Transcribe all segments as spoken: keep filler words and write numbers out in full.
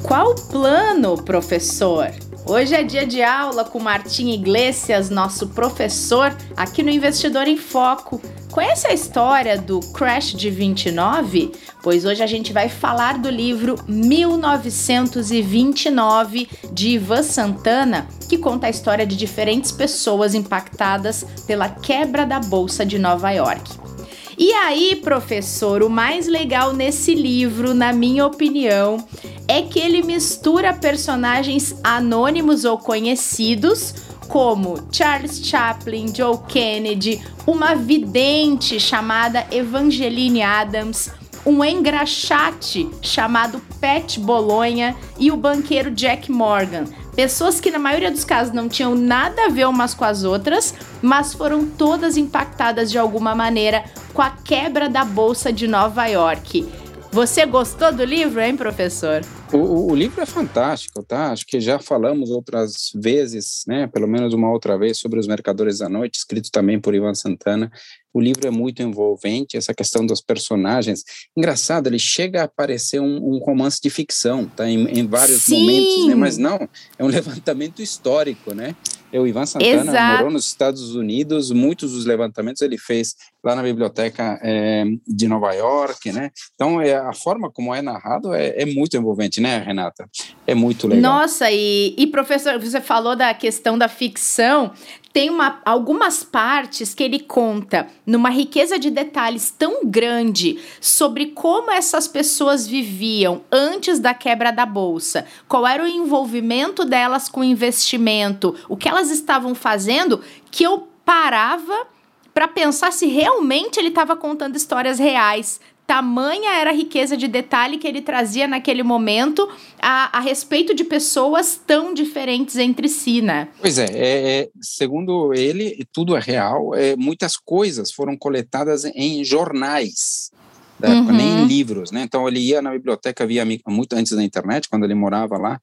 Qual o plano, professor? Hoje é dia de aula com Martim Iglesias, nosso professor, aqui no Investidor em Foco. Conhece a história do Crash de vinte e nove? Pois hoje a gente vai falar do livro mil novecentos e vinte e nove, de Ivan Santana, que conta a história de diferentes pessoas impactadas pela quebra da Bolsa de Nova York. E aí, professor, o mais legal nesse livro, na minha opinião, é que ele mistura personagens anônimos ou conhecidos, como Charles Chaplin, Joe Kennedy, uma vidente chamada Evangeline Adams, um engraxate chamado Pat Bolonha e o banqueiro Jack Morgan. Pessoas que na maioria dos casos não tinham nada a ver umas com as outras, mas foram todas impactadas de alguma maneira com a quebra da Bolsa de Nova York. Você gostou do livro, hein, professor? O, o livro é fantástico, tá? Acho que já falamos outras vezes, né? Pelo menos uma outra vez, sobre Os Mercadores da Noite, escrito também por Ivan Santana. O livro é muito envolvente, essa questão dos personagens. Engraçado, ele chega a parecer um, um romance de ficção, tá? Em, em vários Sim. momentos, né? Mas não, é um levantamento histórico, né? O Ivan Santana Exato. morou nos Estados Unidos, muitos dos levantamentos ele fez lá na biblioteca é, de Nova York, né? Então, é, a forma como é narrado é, é muito envolvente, né, Renata? É muito legal. Nossa, e, e professor, você falou da questão da ficção, tem uma, algumas partes que ele conta numa riqueza de detalhes tão grande sobre como essas pessoas viviam antes da quebra da bolsa, qual era o envolvimento delas com o investimento, o que elas estavam fazendo, que eu parava para pensar se realmente ele estava contando histórias reais. Tamanha era a riqueza de detalhe que ele trazia naquele momento a, a respeito de pessoas tão diferentes entre si, né? Pois é, é, é segundo ele, tudo é real. É, muitas coisas foram coletadas em jornais da época, uhum. nem em livros, né? Então ele ia na biblioteca via muito antes da internet, quando ele morava lá,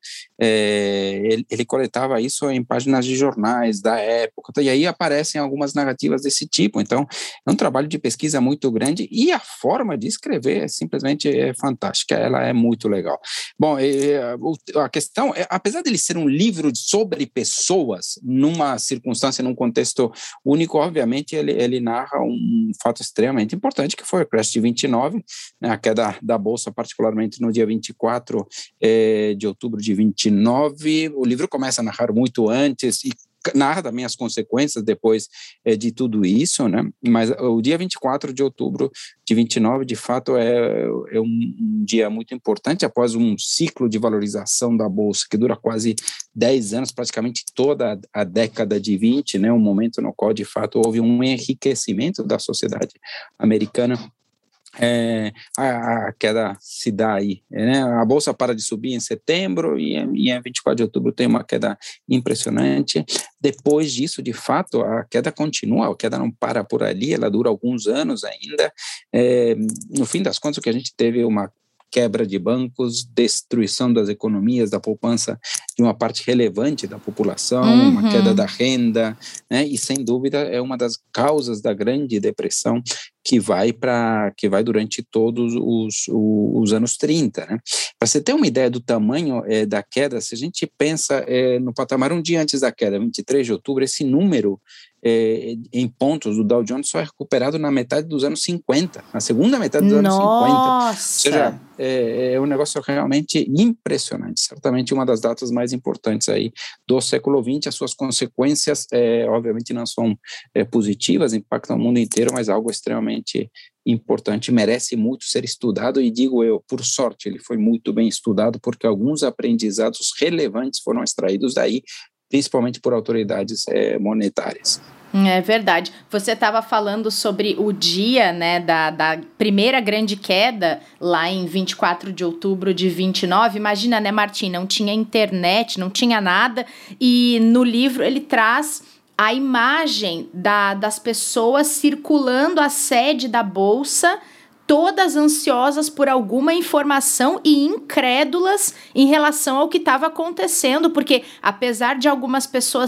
é, ele, ele coletava isso em páginas de jornais da época, e aí aparecem algumas narrativas desse tipo. Então é um trabalho de pesquisa muito grande e a forma de escrever é simplesmente é fantástica, ela é muito legal. Bom, é, a questão, é, apesar dele ser um livro sobre pessoas, numa circunstância, num contexto único, obviamente ele, ele narra um fato extremamente importante, que foi o Crash de vinte e nove, né, a queda da Bolsa, particularmente no dia vinte e quatro eh, de outubro de vinte e nove. O livro começa a narrar muito antes e narra também as consequências depois eh, de tudo isso, né? Mas o dia vinte e quatro de outubro de vinte e nove, de fato, é, é um, um dia muito importante, após um ciclo de valorização da Bolsa que dura quase dez anos, praticamente toda a década de vinte, né? Um momento no qual, de fato, houve um enriquecimento da sociedade americana. É, a, a queda se dá aí, né? A Bolsa para de subir em setembro e, e em vinte e quatro de outubro tem uma queda impressionante. Depois disso, de fato, a queda continua, a queda não para por ali, ela dura alguns anos ainda. É, no fim das contas, o que a gente teve uma quebra de bancos, destruição das economias, da poupança de uma parte relevante da população, uhum. uma queda da renda, né? E sem dúvida é uma das causas da Grande Depressão que vai para que vai durante todos os, os, os anos trinta, né? Para você ter uma ideia do tamanho é, da queda, se a gente pensa é, no patamar um dia antes da queda, vinte e três de outubro, esse número é, em pontos do Dow Jones só é recuperado na metade dos anos cinquenta, na segunda metade dos Nossa. anos cinquenta. Ou seja, é, é um negócio realmente impressionante, certamente uma das datas mais importantes aí do século vinte. As suas consequências, é, obviamente, não são é, positivas, impactam o mundo inteiro, mas algo extremamente importante, merece muito ser estudado e digo eu, por sorte, ele foi muito bem estudado porque alguns aprendizados relevantes foram extraídos daí, principalmente por autoridades é, monetárias. É verdade. Você estava falando sobre o dia, né, da, da primeira grande queda lá em vinte e quatro de outubro de vinte e nove. Imagina, né, Martim? Não tinha internet, não tinha nada. E no livro ele traz a imagem da, das pessoas circulando a sede da Bolsa, todas ansiosas por alguma informação e incrédulas em relação ao que estava acontecendo, porque apesar de algumas pessoas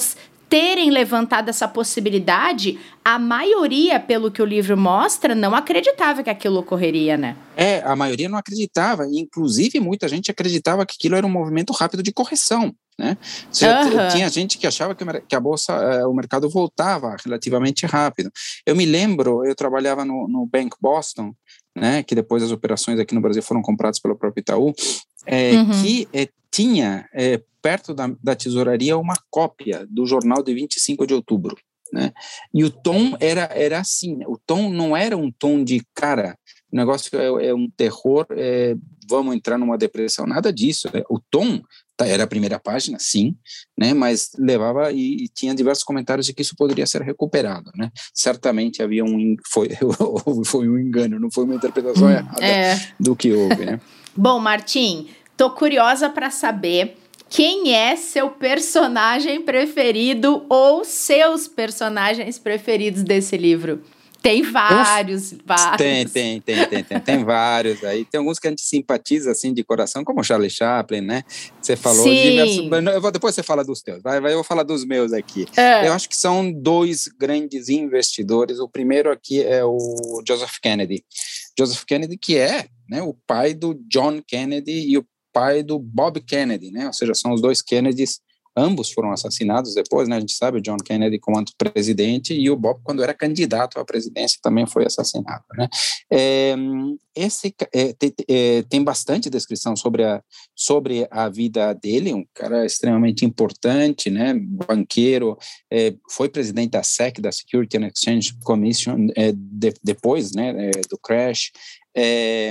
terem levantado essa possibilidade, a maioria, pelo que o livro mostra, não acreditava que aquilo ocorreria, né? É, a maioria não acreditava, inclusive muita gente acreditava que aquilo era um movimento rápido de correção, né? Já uhum. Tinha gente que achava que, que a bolsa, uh, o mercado voltava relativamente rápido. Eu me lembro, eu trabalhava no, no Bank Boston, né, que depois as operações aqui no Brasil foram compradas pelo próprio Itaú, é, uhum. que é, tinha é, perto da, da tesouraria uma cópia do jornal de vinte e cinco de outubro, né? E o tom era, era assim, né? O tom não era um tom de cara, o negócio é, é um terror, é, vamos entrar numa depressão, nada disso. É, o tom tá, era a primeira página, sim, né? Mas levava e, e tinha diversos comentários de que isso poderia ser recuperado, né? Certamente havia um foi, foi um engano, não foi uma interpretação hum, errada é. do que houve, né? Bom, Martim, tô curiosa para saber quem é seu personagem preferido ou seus personagens preferidos desse livro. Tem vários, Uf, vários. Tem, tem, tem, tem, tem, tem vários aí. Tem alguns que a gente simpatiza, assim, de coração, como Charlie Chaplin, né? Você falou Sim. diversos... Eu vou, depois você fala dos teus, vai, vai, eu vou falar dos meus aqui. É. Eu acho que são dois grandes investidores. O primeiro aqui é o Joseph Kennedy. Joseph Kennedy, que é, né, o pai do John Kennedy e o pai do Bob Kennedy, né? Ou seja, são os dois Kennedys. Ambos foram assassinados depois, né? A gente sabe, o John Kennedy como presidente e o Bob, quando era candidato à presidência, também foi assassinado, né? É, esse, é, tem, é, tem bastante descrição sobre a, sobre a vida dele, um cara extremamente importante, né? Banqueiro, é, foi presidente da S E C, da Security and Exchange Commission, é, de, depois, né, é, do crash. É,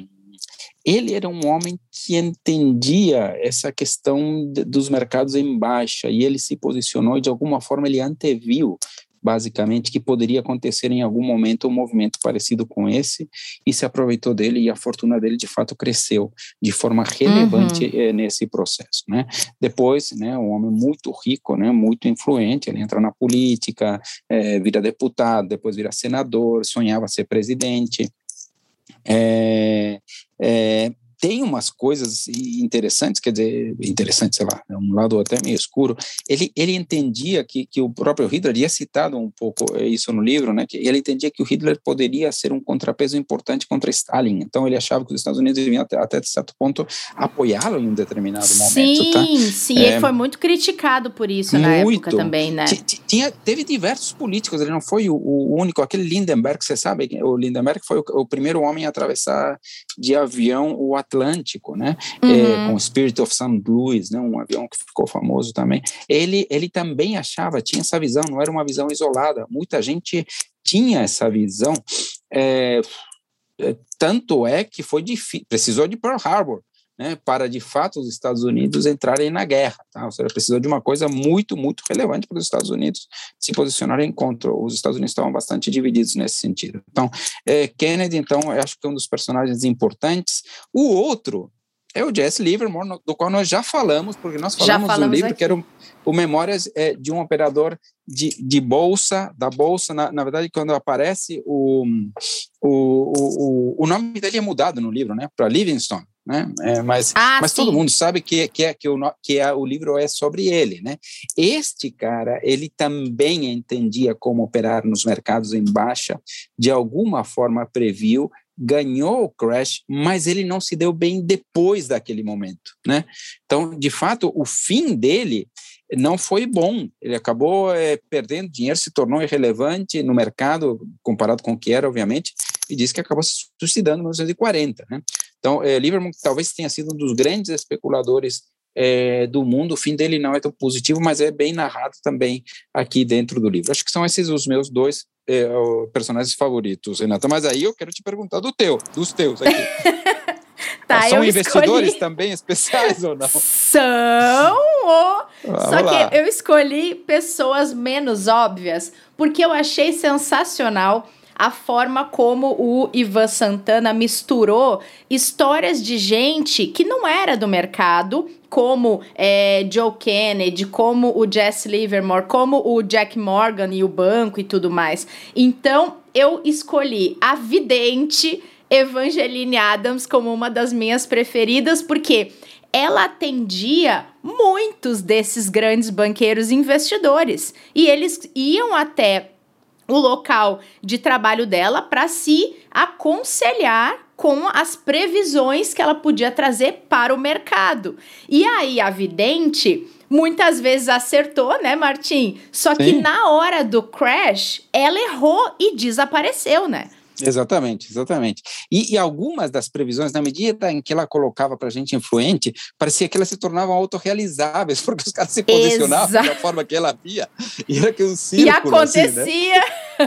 ele era um homem que entendia essa questão de, dos mercados em baixa, e ele se posicionou e de alguma forma ele anteviu basicamente que poderia acontecer em algum momento um movimento parecido com esse, e se aproveitou dele, e a fortuna dele de fato cresceu de forma relevante uhum. eh, nesse processo, né? Depois, né, um homem muito rico, né, muito influente, ele entra na política, eh, vira deputado, depois vira senador, sonhava ser presidente. É, é, tem umas coisas interessantes, quer dizer, interessante, sei lá, é um lado até meio escuro. Ele, ele entendia que, que o próprio Hitler, e é citado um pouco isso no livro, né, que ele entendia que o Hitler poderia ser um contrapeso importante contra Stalin, então ele achava que os Estados Unidos deviam até, até certo ponto apoiá-lo em um determinado sim, momento. Tá? Sim, sim, é, ele foi muito criticado por isso muito, na época também, né? Tinha, teve diversos políticos, ele não foi o, o único, aquele Lindenberg, você sabe, o Lindenberg foi o, o primeiro homem a atravessar de avião o Atlântico, né? Uhum. É, com o Spirit of Saint Louis, né? Um avião que ficou famoso também. Ele, ele também achava, tinha essa visão, não era uma visão isolada. Muita gente tinha essa visão. É, é, tanto é que foi difícil, precisou de Pearl Harbor, né, para de fato os Estados Unidos entrarem na guerra, tá? Ou seja, precisou de uma coisa muito, muito relevante para os Estados Unidos se posicionarem contra. Os Estados Unidos estavam bastante divididos nesse sentido. Então, é, Kennedy, então, eu acho que é um dos personagens importantes. O outro é o Jesse Livermore, no, do qual nós já falamos, porque nós falamos, falamos do livro aqui. Que era o, o Memórias é, de um operador de, de bolsa, da bolsa, na, na verdade, quando aparece o, o, o, o nome dele é mudado no livro, né, para Livingstone. Né? É, mas ah, mas todo mundo sabe que, que, é, que, o, que é, o livro é sobre ele, né? Este cara, ele também entendia como operar nos mercados em baixa, de alguma forma previu, ganhou o crash, mas ele não se deu bem depois daquele momento, né? Então, de fato, o fim dele não foi bom, ele acabou é, perdendo dinheiro, se tornou irrelevante no mercado, comparado com o que era, obviamente, e disse que acabou se suicidando em mil novecentos e quarenta, né? Então, é, Livermore talvez tenha sido um dos grandes especuladores é, do mundo. O fim dele não é tão positivo, mas é bem narrado também aqui dentro do livro. Acho que são esses os meus dois é, personagens favoritos, Renata. Mas aí eu quero te perguntar do teu, dos teus aqui. Tá, são eu investidores escolhi... também especiais ou não? São! Oh. Só lá. que eu escolhi pessoas menos óbvias, porque eu achei sensacional a forma como o Ivan Santana misturou histórias de gente que não era do mercado, como é, Joe Kennedy, como o Jesse Livermore, como o Jack Morgan e o banco e tudo mais. Então, eu escolhi a vidente Evangeline Adams como uma das minhas preferidas, porque ela atendia muitos desses grandes banqueiros investidores. E eles iam até o local de trabalho dela para se aconselhar com as previsões que ela podia trazer para o mercado. E aí a vidente muitas vezes acertou, né, Martim? Só que Sim. na hora do crash, ela errou e desapareceu, né? Exatamente, exatamente. E, e algumas das previsões, na medida em que ela colocava para a gente influente, parecia que elas se tornavam autorrealizáveis, porque os caras se posicionavam Exa- da forma que ela via, e era que um círculo, E acontecia. assim, né?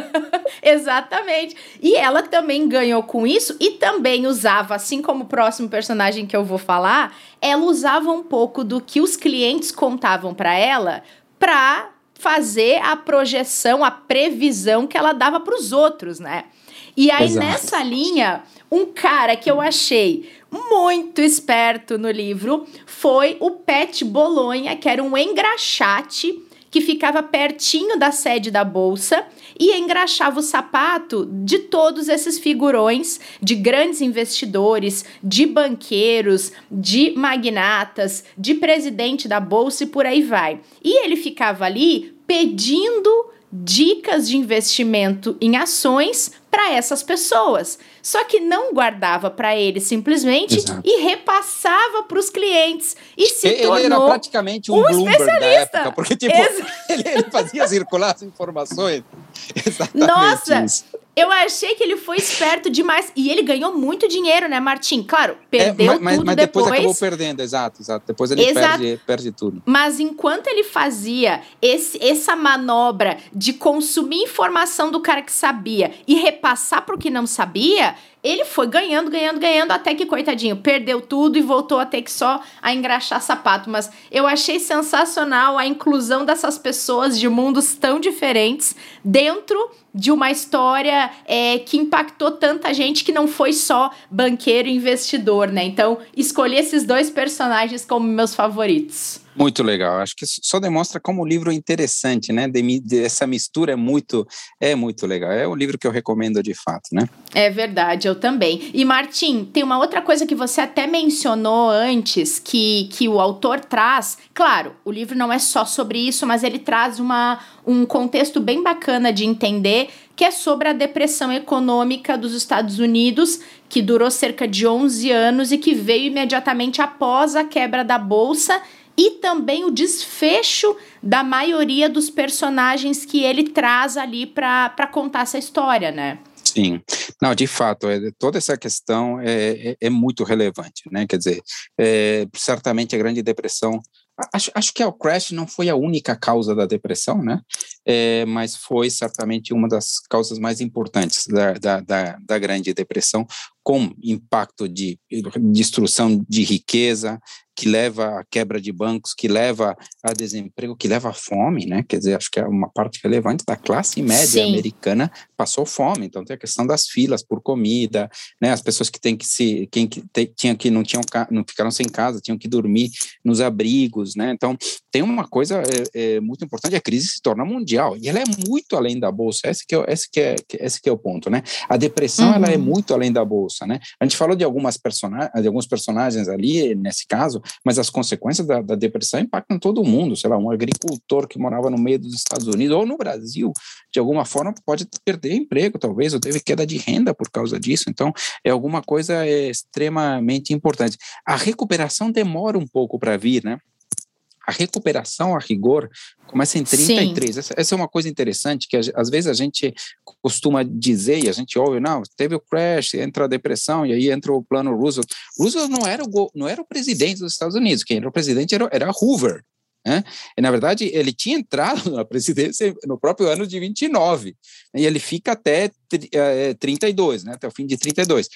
Exatamente. E ela também ganhou com isso e também usava, assim como o próximo personagem que eu vou falar, ela usava um pouco do que os clientes contavam para ela para fazer a projeção, a previsão que ela dava para os outros, né? E aí, Exato. nessa linha, um cara que eu achei muito esperto no livro foi o Pat Bolonha, que era um engraxate que ficava pertinho da sede da Bolsa e engraxava o sapato de todos esses figurões de grandes investidores, de banqueiros, de magnatas, de presidente da Bolsa e por aí vai. E ele ficava ali pedindo dicas de investimento em ações para essas pessoas. Só que não guardava para ele simplesmente Exato. e repassava para os clientes. E se Ele tornou era praticamente um, um Bloomberg da especialista. época, porque tipo, Exa- ele, ele fazia circular as informações. Exatamente Nossa, isso. eu achei que ele foi esperto demais. E ele ganhou muito dinheiro, né, Martim? Claro, perdeu É, mas, tudo mas depois, depois. acabou perdendo, exato, exato. Depois ele Exato. perde, perde tudo. Mas enquanto ele fazia esse, essa manobra de consumir informação do cara que sabia e repassar para o que não sabia, ele foi ganhando, ganhando, ganhando, até que, coitadinho, perdeu tudo e voltou a ter que só a engraxar sapato. Mas eu achei sensacional a inclusão dessas pessoas de mundos tão diferentes dentro de uma história é, que impactou tanta gente que não foi só banqueiro e investidor, né? Então, escolhi esses dois personagens como meus favoritos. Muito legal, acho que só demonstra como o livro é interessante, né? De, de, essa mistura é muito, é muito legal. É um livro que eu recomendo de fato, né? É verdade, eu também. E Martim, tem uma outra coisa que você até mencionou antes, que, que o autor traz. Claro, o livro não é só sobre isso, mas ele traz uma, um contexto bem bacana de entender, que é sobre a depressão econômica dos Estados Unidos, que durou cerca de onze anos e que veio imediatamente após a quebra da Bolsa, e também o desfecho da maioria dos personagens que ele traz ali para contar essa história, né? Sim, não, de fato, é, toda essa questão é, é, é muito relevante, né? Quer dizer, é, certamente a Grande Depressão, acho, acho que o crash não foi a única causa da depressão, né? É, mas foi certamente uma das causas mais importantes da, da, da, da Grande Depressão, com impacto de destruição de riqueza, que leva à quebra de bancos, que leva a desemprego, que leva à fome, né? Quer dizer, acho que é uma parte relevante da classe média Sim. americana passou fome. Então tem a questão das filas por comida, né? As pessoas que têm que se, quem que te, tinha que não tinham não ficaram sem casa, tinham que dormir nos abrigos, né? Então tem uma coisa é, é, muito importante: a crise se torna mundial e ela é muito além da bolsa. Esse que é, esse que é, esse que é o ponto, né? A depressão Uhum. ela é muito além da bolsa, né? A gente falou de algumas personagens, de alguns personagens ali nesse caso, mas as consequências da, da depressão impactam todo mundo. Sei lá, um agricultor que morava no meio dos Estados Unidos ou no Brasil, de alguma forma pode perder emprego, talvez, ou teve queda de renda por causa disso. Então, é alguma coisa é, extremamente importante. A recuperação demora um pouco para vir, né? A recuperação, a rigor, começa em trinta e três. Essa, essa é uma coisa interessante que às vezes a gente costuma dizer, e a gente ouve, não, teve o crash, entra a depressão, e aí entra o plano Roosevelt. Roosevelt não era o, não era o presidente dos Estados Unidos, quem era o presidente era, era Hoover. Né? E, na verdade, ele tinha entrado na presidência no próprio ano de vinte e nove, e ele fica até trinta e dois, né? Até o fim de trinta e dois.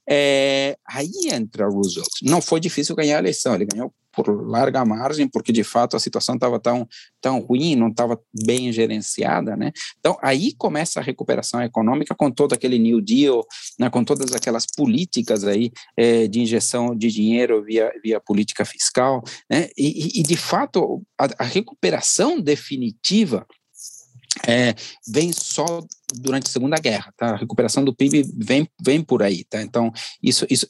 É, aí entra Roosevelt. Não foi difícil ganhar a eleição, ele ganhou por larga margem, porque de fato a situação estava tão, tão ruim, não estava bem gerenciada, né? Então aí começa a recuperação econômica com todo aquele New Deal, né, com todas aquelas políticas aí é, de injeção de dinheiro via, via política fiscal, né? E, e de fato a, a recuperação definitiva é, vem só durante a Segunda Guerra, tá? A recuperação do P I B vem, vem por aí, tá? Então, isso... isso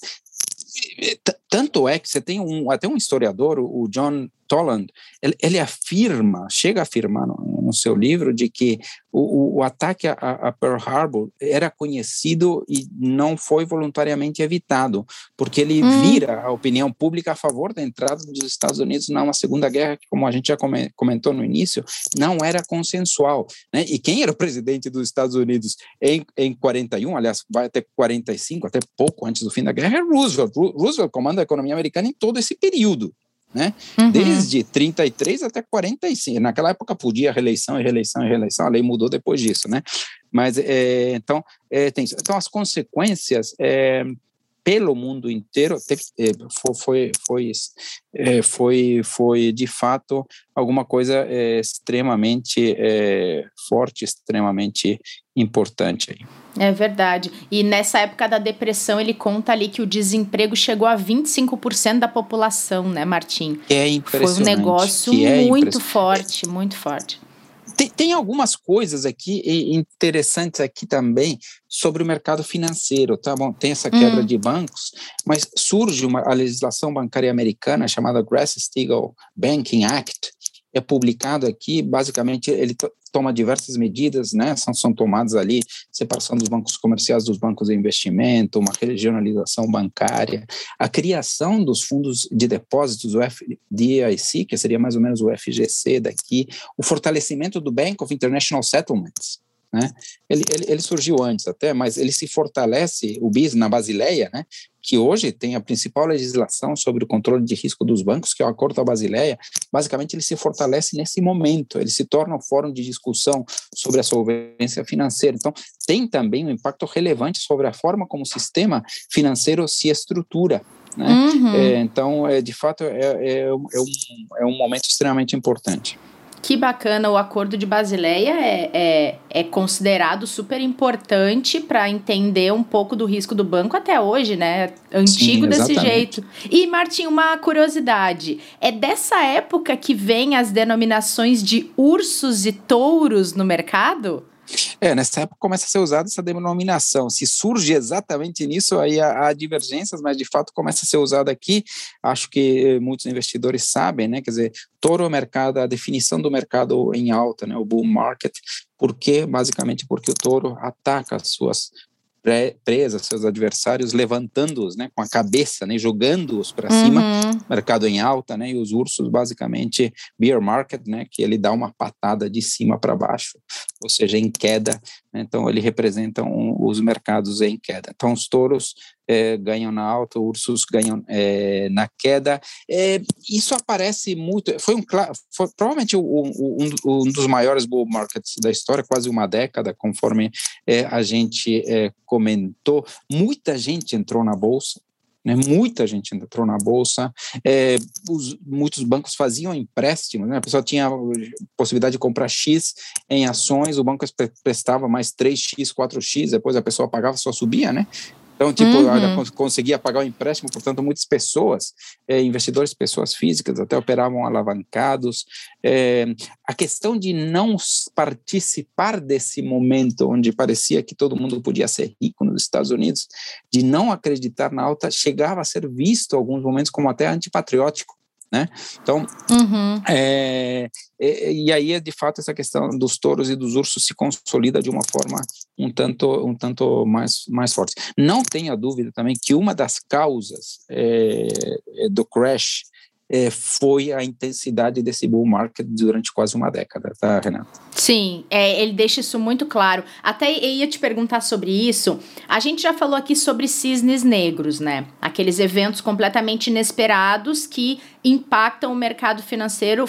tanto é que você tem um, até um historiador, o John Toland, ele, ele afirma, chega a afirmar no, no seu livro, de que o, o ataque a, a Pearl Harbor era conhecido e não foi voluntariamente evitado, porque ele hum. vira a opinião pública a favor da entrada dos Estados Unidos numa Segunda Guerra, que, como a gente já comentou no início, não era consensual, né? E quem era o presidente dos Estados Unidos em, em quarenta e um, aliás, vai até quarenta e cinco, até pouco antes do fim da guerra, é Roosevelt. Roosevelt comanda a economia americana em todo esse período, né? Uhum. Desde trinta e três até quarenta e cinco. Naquela época podia reeleição e reeleição e reeleição, a lei mudou depois disso, né? Mas, é, então, é, tem, então, as consequências é, pelo mundo inteiro teve, é, foi, foi, é, foi, foi, de fato, alguma coisa é, extremamente é, forte, extremamente importante aí. É verdade. E nessa época da depressão, ele conta ali que o desemprego chegou a vinte e cinco por cento da população, né, Martim? É impressionante. Foi um negócio é muito forte, muito forte. Tem, tem algumas coisas aqui interessantes aqui também sobre o mercado financeiro, tá bom? Tem essa quebra hum. de bancos, mas surge uma, a legislação bancária americana chamada Glass-Steagall Banking Act, é publicado aqui, basicamente ele to- toma diversas medidas, né, são, são tomadas ali, separação dos bancos comerciais dos bancos de investimento, uma regionalização bancária, a criação dos fundos de depósitos, o F D I C, que seria mais ou menos o F G C daqui, o fortalecimento do Bank of International Settlements, né, ele, ele, ele surgiu antes até, mas ele se fortalece, o B I S na Basileia, né, que hoje tem a principal legislação sobre o controle de risco dos bancos, que é o Acordo da Basileia. Basicamente ele se fortalece nesse momento, ele se torna um fórum de discussão sobre a solvência financeira. Então, tem também um impacto relevante sobre a forma como o sistema financeiro se estrutura, né? Uhum. É, então, é, de fato, é, é, é, um, é um momento extremamente importante. Que bacana, o Acordo de Basileia é, é, é considerado super importante para entender um pouco do risco do banco até hoje, né? Antigo. Sim, desse jeito. E, Martim, uma curiosidade, é dessa época que vem as denominações de ursos e touros no mercado? É, nessa época começa a ser usada essa denominação. Se surge exatamente nisso, aí há, há divergências, mas de fato começa a ser usada aqui. Acho que muitos investidores sabem, né? Quer dizer, touro é o mercado, a definição do mercado em alta, né? O bull market. Por quê? Basicamente porque o touro ataca as suas presas, seus adversários, levantando-os, né, com a cabeça, né, jogando-os para uhum. cima, mercado em alta, né, e os ursos, basicamente, bear market, né, que ele dá uma patada de cima para baixo, ou seja, em queda, né, então ele representa um, os mercados em queda. Então os touros é, ganham na alta, ursos ganham é, na queda. É, isso aparece muito, foi, um, foi provavelmente um, um, um dos maiores bull markets da história, quase uma década, conforme é, a gente é, comentou. Muita gente entrou na bolsa, né? Muita gente entrou na bolsa, é, os, muitos bancos faziam empréstimos, né? A pessoa tinha a possibilidade de comprar X em ações, o banco prestava mais três X, quatro X, depois a pessoa pagava, só subia, né? Então, tipo, uhum. ela conseguia pagar o empréstimo, portanto, muitas pessoas, é, investidores, pessoas físicas, até operavam alavancados. É, a questão de não participar desse momento onde parecia que todo mundo podia ser rico nos Estados Unidos, de não acreditar na alta, chegava a ser visto em alguns momentos como até antipatriótico, né? Então, uhum. é, é, e aí, de fato, essa questão dos touros e dos ursos se consolida de uma forma um tanto, um tanto mais, mais forte. Não tenha dúvida também que uma das causas é, do crash é, foi a intensidade desse bull market durante quase uma década, tá, Renata? Sim, é, ele deixa isso muito claro. Até eu ia te perguntar sobre isso. A gente já falou aqui sobre cisnes negros, né? Aqueles eventos completamente inesperados que impactam o mercado financeiro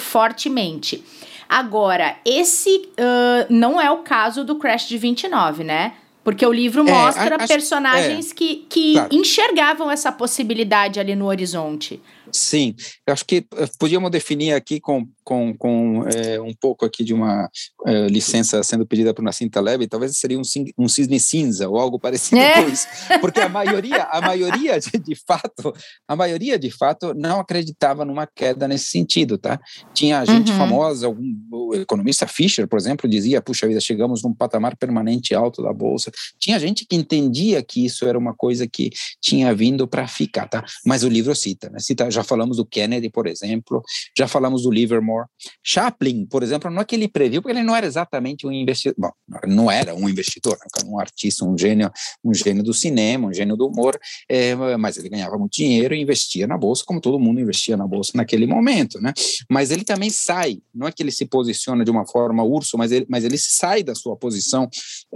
fortemente. Agora, esse uh, não é o caso do crash de vinte e nove, né? Porque o livro mostra é, acho, personagens é, que, que claro. enxergavam essa possibilidade ali no horizonte. Sim, eu acho que podíamos definir aqui com, com, com é, um pouco aqui de uma é, licença sendo pedida por Nassim Taleb, talvez seria um, um cisne cinza ou algo parecido é. com isso, porque a maioria, a maioria de, de fato, a maioria de fato não acreditava numa queda nesse sentido, tá? Tinha gente uhum. famosa, algum o economista Fischer, por exemplo, dizia, puxa vida, chegamos num patamar permanente alto da bolsa. Tinha gente que entendia que isso era uma coisa que tinha vindo para ficar, tá? Mas o livro cita, né? Cita já falamos do Kennedy, por exemplo, já falamos do Livermore. Chaplin, por exemplo, não é que ele previu, porque ele não era exatamente um investidor, bom, não era um investidor, um artista, um gênio, um gênio do cinema, um gênio do humor, é, mas ele ganhava muito dinheiro e investia na bolsa, como todo mundo investia na bolsa naquele momento, né? Mas ele também sai, não é que ele se posiciona de uma forma urso, mas ele, mas ele sai da sua posição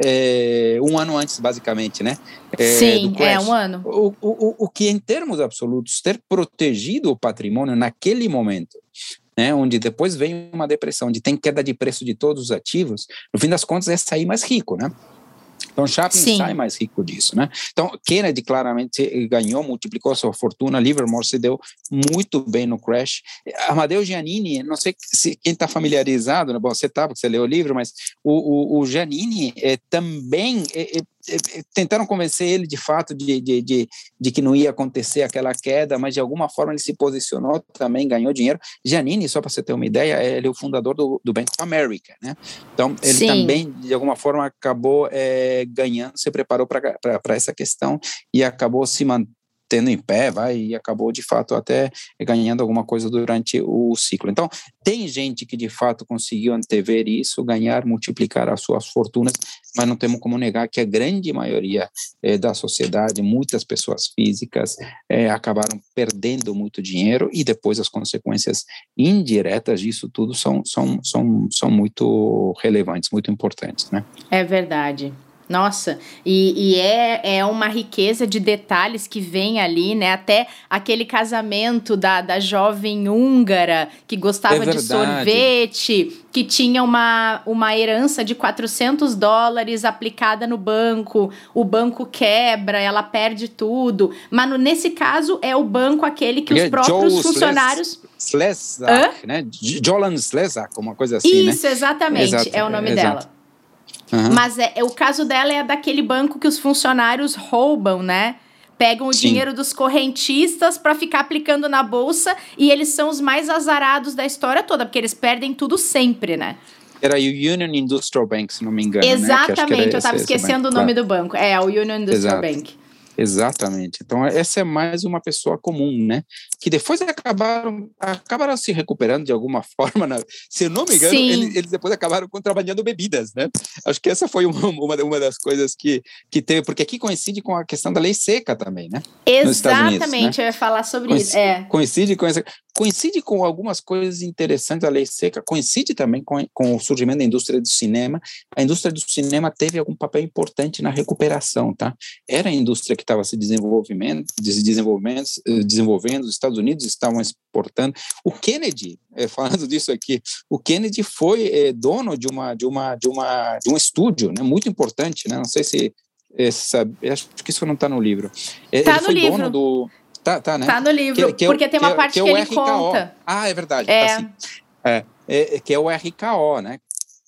é, um ano antes, basicamente, né? É, Sim, é um ano. O, o, o que, em termos absolutos, ter protegido o patrimônio naquele momento, né, onde depois vem uma depressão, onde tem queda de preço de todos os ativos, no fim das contas é sair mais rico, né? Então, Chaplin Sim. sai mais rico disso, né? Então, Kennedy claramente ganhou, multiplicou a sua fortuna, Livermore se deu muito bem no crash. Amadeu Giannini, não sei se quem está familiarizado, né? Bom, você está, porque você leu o livro, mas o, o, o Giannini é, também... É, é, tentaram convencer ele de fato de, de, de, de que não ia acontecer aquela queda, mas de alguma forma ele se posicionou também, ganhou dinheiro. Giannini, só para você ter uma ideia, ele é o fundador do, do Bank of America, né? Então ele Sim. também de alguma forma acabou é, ganhando, se preparou para essa questão e acabou se mantendo tendo em pé, vai, e acabou de fato até ganhando alguma coisa durante o ciclo. Então, tem gente que de fato conseguiu antever isso, ganhar, multiplicar as suas fortunas, mas não temos como negar que a grande maioria eh, da sociedade, muitas pessoas físicas eh, acabaram perdendo muito dinheiro e depois as consequências indiretas disso tudo são, são, são, são muito relevantes, muito importantes, né? É verdade. Nossa, e, e é, é uma riqueza de detalhes que vem ali, né? Até aquele casamento da, da jovem húngara que gostava é de sorvete, que tinha uma, uma herança de quatrocentos dólares aplicada no banco, o banco quebra, ela perde tudo. Mas no, nesse caso é o banco aquele que os próprios Joe funcionários... Slezak, né? Jolan Slezak, uma coisa assim, Isso, né? exatamente, Exato, é o nome exato. dela. Uhum. Mas é, é, o caso dela é daquele banco que os funcionários roubam, né? Pegam o Sim. dinheiro dos correntistas para ficar aplicando na bolsa e eles são os mais azarados da história toda, porque eles perdem tudo sempre, né? Era o Union Industrial Bank, se não me engano. Exatamente, né? eu estava esquecendo o nome claro. do banco. É, o Union Industrial Exato. Bank. Exatamente. Então, essa é mais uma pessoa comum, né? Que depois acabaram, acabaram se recuperando de alguma forma. Na, se eu não me engano, eles, eles depois acabaram contrabandeando bebidas, né? Acho que essa foi uma, uma, uma das coisas que, que teve, porque aqui coincide com a questão da lei seca também, né? Exatamente, Unidos, né? Eu ia falar sobre coincide, isso. É. Coincide com essa... Coincide com algumas coisas interessantes da lei seca, coincide também com, com o surgimento da indústria do cinema. A indústria do cinema teve algum papel importante na recuperação, tá? Era a indústria que estava se desenvolvendo, desenvolvendo, desenvolvendo, os Estados Unidos estavam exportando. O Kennedy, é, falando disso aqui, o Kennedy foi é, dono de, uma, de, uma, de, uma, de um estúdio, né, muito importante, né? Não sei se, é, sabe, acho que isso não está no livro. Está no foi livro. Dono do, Tá, tá, né? Tá no livro, que, que porque é, tem uma que parte que, que ele R K O. conta. Ah, é verdade. É. Tá, assim. é, é, que é o R K O, né?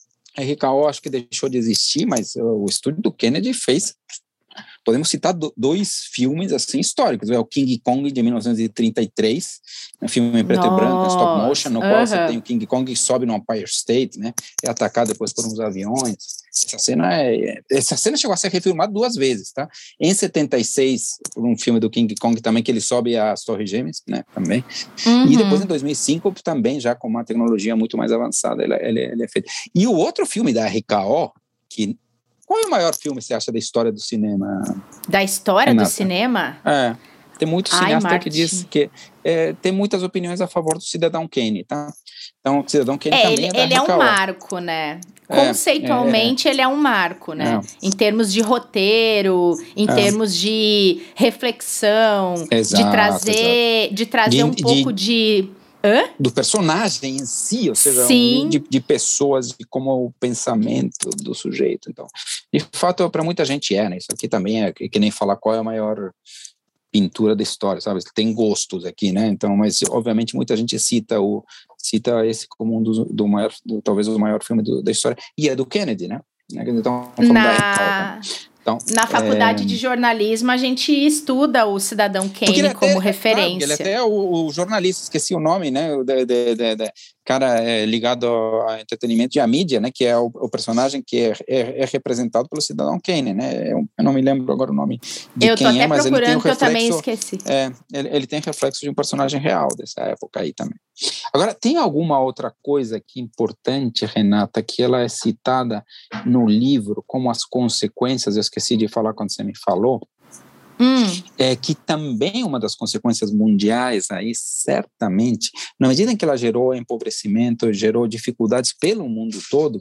R K O acho que deixou de existir, mas o estúdio do Kennedy fez... Podemos citar do, dois filmes assim históricos, é o King Kong de mil novecentos e trinta e três, um filme em preto Nossa. e branco, stop motion, no uh-huh. qual você tem o King Kong que sobe no Empire State, né, é atacado depois por uns aviões. Essa cena é, essa cena chegou a ser refilmada duas vezes, tá? Em setenta e seis, por um filme do King Kong também que ele sobe as Torres Gêmeas, né, também. Uhum. E depois em dois mil e cinco também já com uma tecnologia muito mais avançada, ele, ele, ele é feito. E o outro filme da R K O que qual é o maior filme, você acha, da história do cinema? Da história Renata? do cinema? É, tem muito cineasta que diz que é, tem muitas opiniões a favor do Cidadão Kane, tá? Então, o Cidadão Kane é, também ele, é da ele R K O. É um marco, né? Conceitualmente, é, é, é. ele é um marco, né? É. Em termos de roteiro, em é. termos de reflexão, exato, de trazer, exato. De trazer de, um pouco de... de... Hã? Do personagem em si, ou seja, Sim. de, de pessoas, de como é o pensamento do sujeito. Então, de fato, para muita gente é, né? Isso aqui também é que, que nem falar qual é a maior pintura da história, sabe? Tem gostos aqui, né? Então, mas obviamente muita gente cita o cita esse como um dos do maior, do, talvez o maior filme do, da história, e é do Kennedy, né? Então, falando Na... da época. Então, Na faculdade é... de jornalismo, a gente estuda o Cidadão Kane como até, referência. Claro, ele até é o, o jornalista, esqueci o nome, né? O de, de, de, de, cara é, ligado ao entretenimento e à mídia, né? Que é o, o personagem que é, é, é representado pelo Cidadão Kane, né? Eu, eu não me lembro agora o nome de eu quem é, mas ele tem o reflexo. Eu também esqueci. É, ele, ele tem reflexo de um personagem real dessa época aí também. Agora, tem alguma outra coisa aqui importante, Renata, que ela é citada no livro como as consequências, eu esqueci de falar quando você me falou, hum. é que também uma das consequências mundiais aí, certamente, na medida em que ela gerou empobrecimento, gerou dificuldades pelo mundo todo,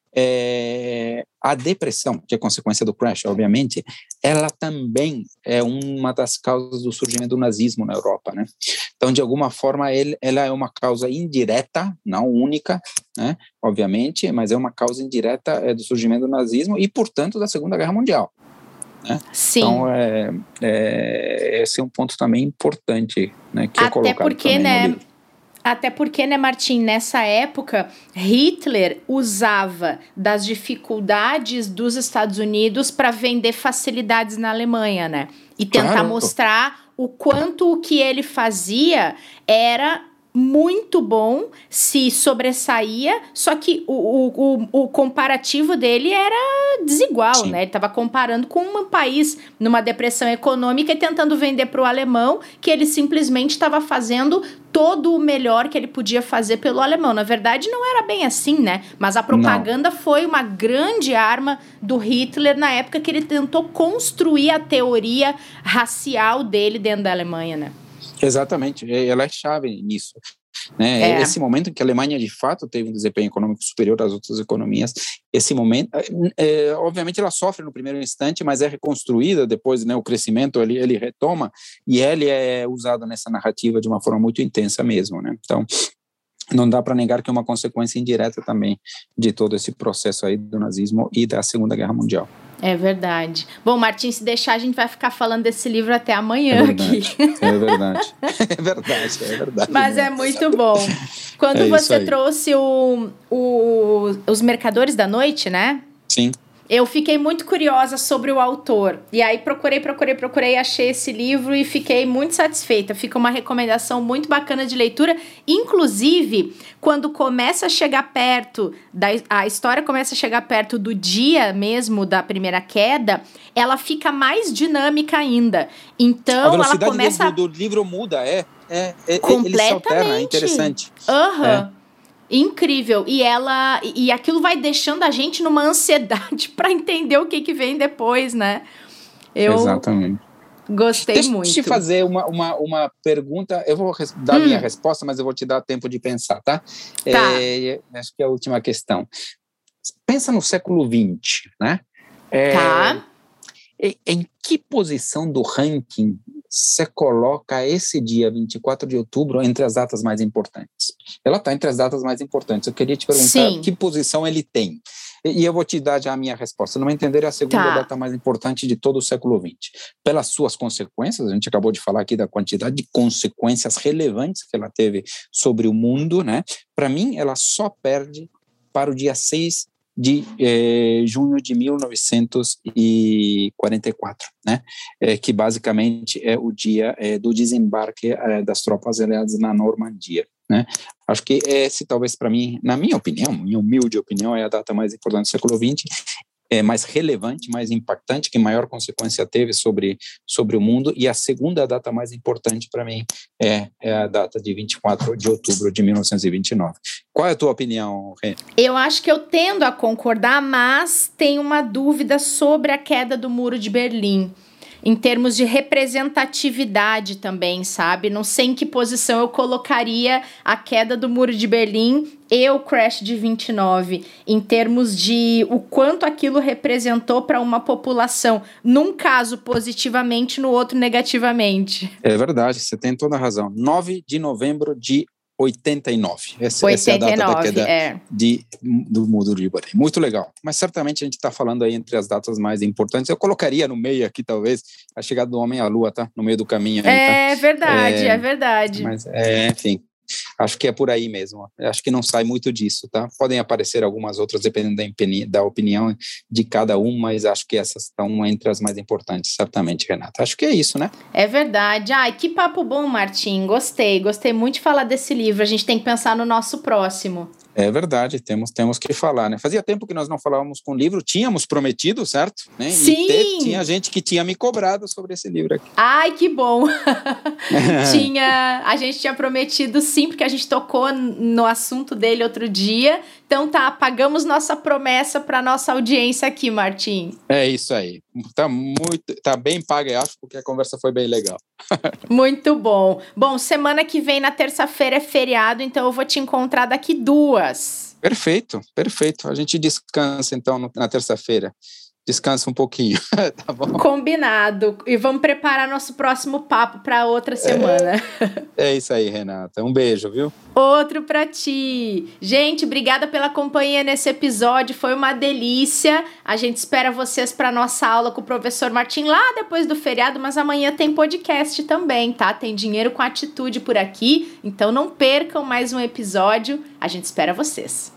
É, a depressão, que é consequência do crash, obviamente, ela também é uma das causas do surgimento do nazismo na Europa, né? Então, de alguma forma, ele, ela é uma causa indireta, não única, né? Obviamente, mas é uma causa indireta é, do surgimento do nazismo e, portanto, da Segunda Guerra Mundial. Né? Sim. Então, é, é, esse é um ponto também importante, né? Que Até é colocado porque, também né? no livro. Até porque, né, Martim, nessa época, Hitler usava das dificuldades dos Estados Unidos para vender facilidades na Alemanha, né? E tentar claro. mostrar o quanto o que ele fazia era muito bom, se sobressaía, só que o, o, o, o comparativo dele era desigual, Sim. né? Ele estava comparando com um país numa depressão econômica e tentando vender para o alemão que ele simplesmente estava fazendo todo o melhor que ele podia fazer pelo alemão. Na verdade, não era bem assim, né? Mas a propaganda não. foi uma grande arma do Hitler na época que ele tentou construir a teoria racial dele dentro da Alemanha, né? Exatamente, ela é chave nisso. Né? É. Esse momento em que a Alemanha de fato teve um desempenho econômico superior às outras economias, esse momento, é, obviamente ela sofre no primeiro instante, mas é reconstruída depois, né, o crescimento ele, ele retoma e ele é usado nessa narrativa de uma forma muito intensa mesmo, né? Então não dá para negar que é uma consequência indireta também de todo esse processo aí do nazismo e da Segunda Guerra Mundial. É verdade. Bom, Martim, se deixar, a gente vai ficar falando desse livro até amanhã é verdade, aqui. É verdade, é verdade, é verdade. Mas é muito bom. Quando é você trouxe o, o, os Mercadores da Noite, né? Sim. Eu fiquei muito curiosa sobre o autor. E aí procurei, procurei, procurei, achei esse livro e fiquei muito satisfeita. Fica uma recomendação muito bacana de leitura. Inclusive, quando começa a chegar perto, da, a história começa a chegar perto do dia mesmo da primeira queda, ela fica mais dinâmica ainda. Então, a velocidade ela começa... do, do livro muda, é. é, é Completamente. Ele se alterna, é interessante. Aham. Uhum. É. Incrível, e ela e aquilo vai deixando a gente numa ansiedade para entender o que, que vem depois, né? Eu Exatamente. Gostei Deixa muito. Deixa eu te fazer uma, uma, uma pergunta, eu vou dar a hum. minha resposta, mas eu vou te dar tempo de pensar, tá? Tá. É, acho que é a última questão. Pensa no século vinte, né? É, tá. Em, em que posição do ranking você coloca esse dia, vinte e quatro de outubro, entre as datas mais importantes? Ela está entre as datas mais importantes. Eu queria te perguntar Sim. que posição ele tem. E, e eu vou te dar já a minha resposta. Não entender, é a segunda tá. data mais importante de todo o século vinte. Pelas suas consequências, a gente acabou de falar aqui da quantidade de consequências relevantes que ela teve sobre o mundo, né? Para mim, ela só perde para o dia seis de eh, junho de mil novecentos e quarenta e quatro, né? É, que basicamente é o dia é, do desembarque é, das tropas aliadas na Normandia, né? Acho que esse talvez para mim, na minha opinião, minha humilde opinião, é a data mais importante do século vinte, é mais relevante, mais impactante, que maior consequência teve sobre, sobre o mundo, e a segunda data mais importante para mim é, é a data de vinte e quatro de outubro de mil novecentos e vinte e nove. Qual é a tua opinião, Rê? Eu acho que eu tendo a concordar, mas tenho uma dúvida sobre a queda do Muro de Berlim. Em termos de representatividade também, sabe? Não sei em que posição eu colocaria a queda do Muro de Berlim e o crash de vinte e nove, em termos de o quanto aquilo representou para uma população, num caso positivamente, no outro negativamente. É verdade, você tem toda a razão. nove de novembro de oitenta e nove. Essa, oitenta e nove, essa é a data da queda é. de, do muro de Berlim. Muito legal. Mas certamente a gente está falando aí entre as datas mais importantes. Eu colocaria no meio aqui, talvez, a chegada do homem à Lua, tá? No meio do caminho aí, É tá? verdade, é, é verdade. Mas, é, enfim, acho que é por aí mesmo. Acho que não sai muito disso, tá? Podem aparecer algumas outras, dependendo da, opini- da opinião de cada um, mas acho que essas estão entre as mais importantes, certamente, Renata. Acho que é isso, né? É verdade. Ai, que papo bom, Martim. Gostei, gostei muito de falar desse livro. A gente tem que pensar no nosso próximo. É verdade, temos, temos que falar, né? Fazia tempo que nós não falávamos com o livro, tínhamos prometido, certo? Né? Sim! E te, tinha gente que tinha me cobrado sobre esse livro aqui. Ai, que bom! tinha, a gente tinha prometido sim, porque a gente tocou no assunto dele outro dia. Então tá, pagamos nossa promessa para nossa audiência aqui, Martim. É isso aí. Tá muito, tá bem paga, eu acho, porque a conversa foi bem legal. Muito bom. Bom, semana que vem, na terça-feira, é feriado, então eu vou te encontrar daqui duas. Perfeito, perfeito. A gente descansa, então, no, na terça-feira. Descansa um pouquinho, tá bom? Combinado. E vamos preparar nosso próximo papo para outra semana. É, é isso aí, Renata. Um beijo, viu? Outro para ti. Gente, obrigada pela companhia nesse episódio. Foi uma delícia. A gente espera vocês para nossa aula com o professor Martim lá depois do feriado, mas amanhã tem podcast também, tá? Tem Dinheiro com Atitude por aqui. Então não percam mais um episódio. A gente espera vocês.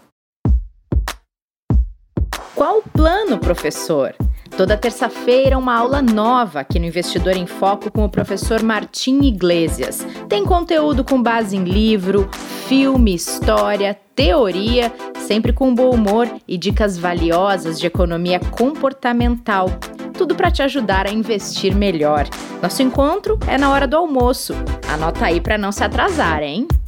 Qual o plano, professor? Toda terça-feira, uma aula nova aqui no Investidor em Foco com o professor Martim Iglesias. Tem conteúdo com base em livro, filme, história, teoria, sempre com bom humor e dicas valiosas de economia comportamental. Tudo para te ajudar a investir melhor. Nosso encontro é na hora do almoço. Anota aí para não se atrasar, hein?